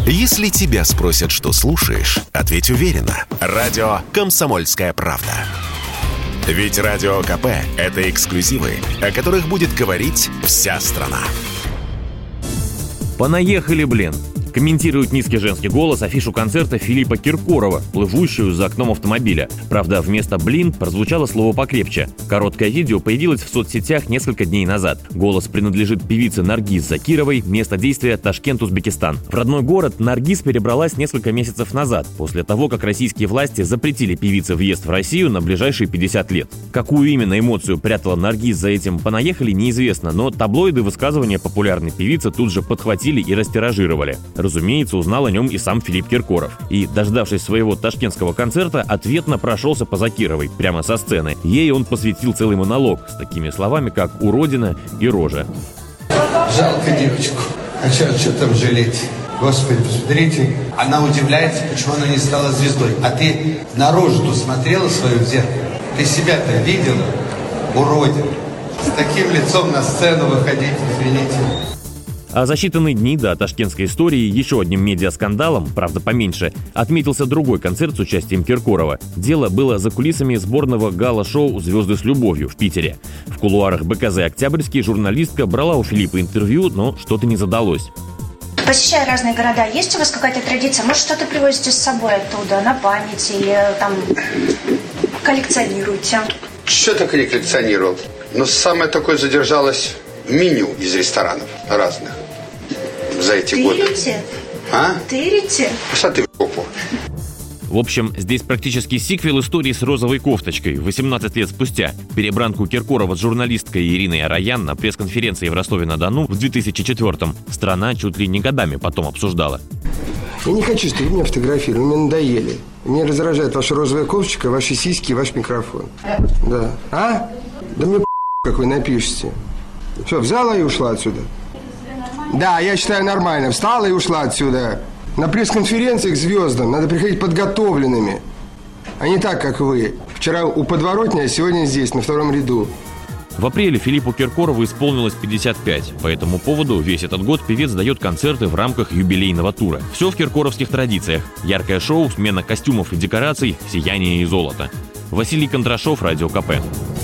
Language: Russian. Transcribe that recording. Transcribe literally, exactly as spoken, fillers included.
Если тебя спросят, что слушаешь, ответь уверенно. Радио «Комсомольская правда». Ведь Радио КП – это эксклюзивы, о которых будет говорить вся страна. Понаехали, блин! Комментирует низкий женский голос афишу концерта Филиппа Киркорова, плывущую за окном автомобиля. Правда, вместо «блин» прозвучало слово покрепче. Короткое видео появилось в соцсетях несколько дней назад. Голос принадлежит певице Наргиз Закировой, место действия – Ташкент, Узбекистан. В родной город Наргиз перебралась несколько месяцев назад, после того, как российские власти запретили певице въезд в Россию на ближайшие пятьдесят лет. Какую именно эмоцию прятала Наргиз за этим «понаехали» неизвестно, но таблоиды высказывания популярной певицы тут же подхватили и растиражировали. Разумеется, узнал о нем и сам Филипп Киркоров. И, дождавшись своего ташкентского концерта, ответно прошелся по Закировой, прямо со сцены. Ей он посвятил целый монолог с такими словами, как «уродина» и «рожа». Жалко девочку. А что, что там жалеть? Господи, посмотрите. Она удивляется, почему она не стала звездой. А ты на рожу-то смотрела свою в зеркало? Ты себя-то видела? Уродина. С таким лицом на сцену выходить, извините. А за считанные дни до ташкентской истории еще одним медиаскандалом, правда поменьше, отметился другой концерт с участием Киркорова. Дело было за кулисами сборного гала-шоу «Звезды с любовью» в Питере. В кулуарах БКЗ «Октябрьский» журналистка брала у Филиппа интервью, но что-то не задалось. Посещая разные города, есть у вас какая-то традиция? Может, что-то привозите с собой оттуда на память или там коллекционируете? Что-то не коллекционировал. Но самое такое задержалось меню из ресторанов разных. За эти годы. Тырите? А? Тырите? Пошла ты в жопу. В общем, здесь практически сиквел истории с розовой кофточкой. восемнадцать лет спустя перебранку Киркорова с журналисткой Ириной Араян на пресс-конференции в Ростове-на-Дону в две тысячи четвёртом страна чуть ли не годами потом обсуждала. Я не хочу, чтобы вы меня фотографировали, вы мне надоели. Меня раздражает ваша розовая кофточка, ваши сиськи и ваш микрофон. Да. А? Да мне как вы напишете. Все, взяла и ушла отсюда. Да, я считаю нормально. Встала и ушла отсюда. На пресс-конференции к звездам надо приходить подготовленными. А не так, как вы. Вчера у подворотни, а сегодня здесь, на втором ряду. В апреле Филиппу Киркорову исполнилось пятьдесят пять. По этому поводу весь этот год певец дает концерты в рамках юбилейного тура. Все в киркоровских традициях. Яркое шоу, смена костюмов и декораций, сияние и золото. Василий Кондрашов, Радио КП.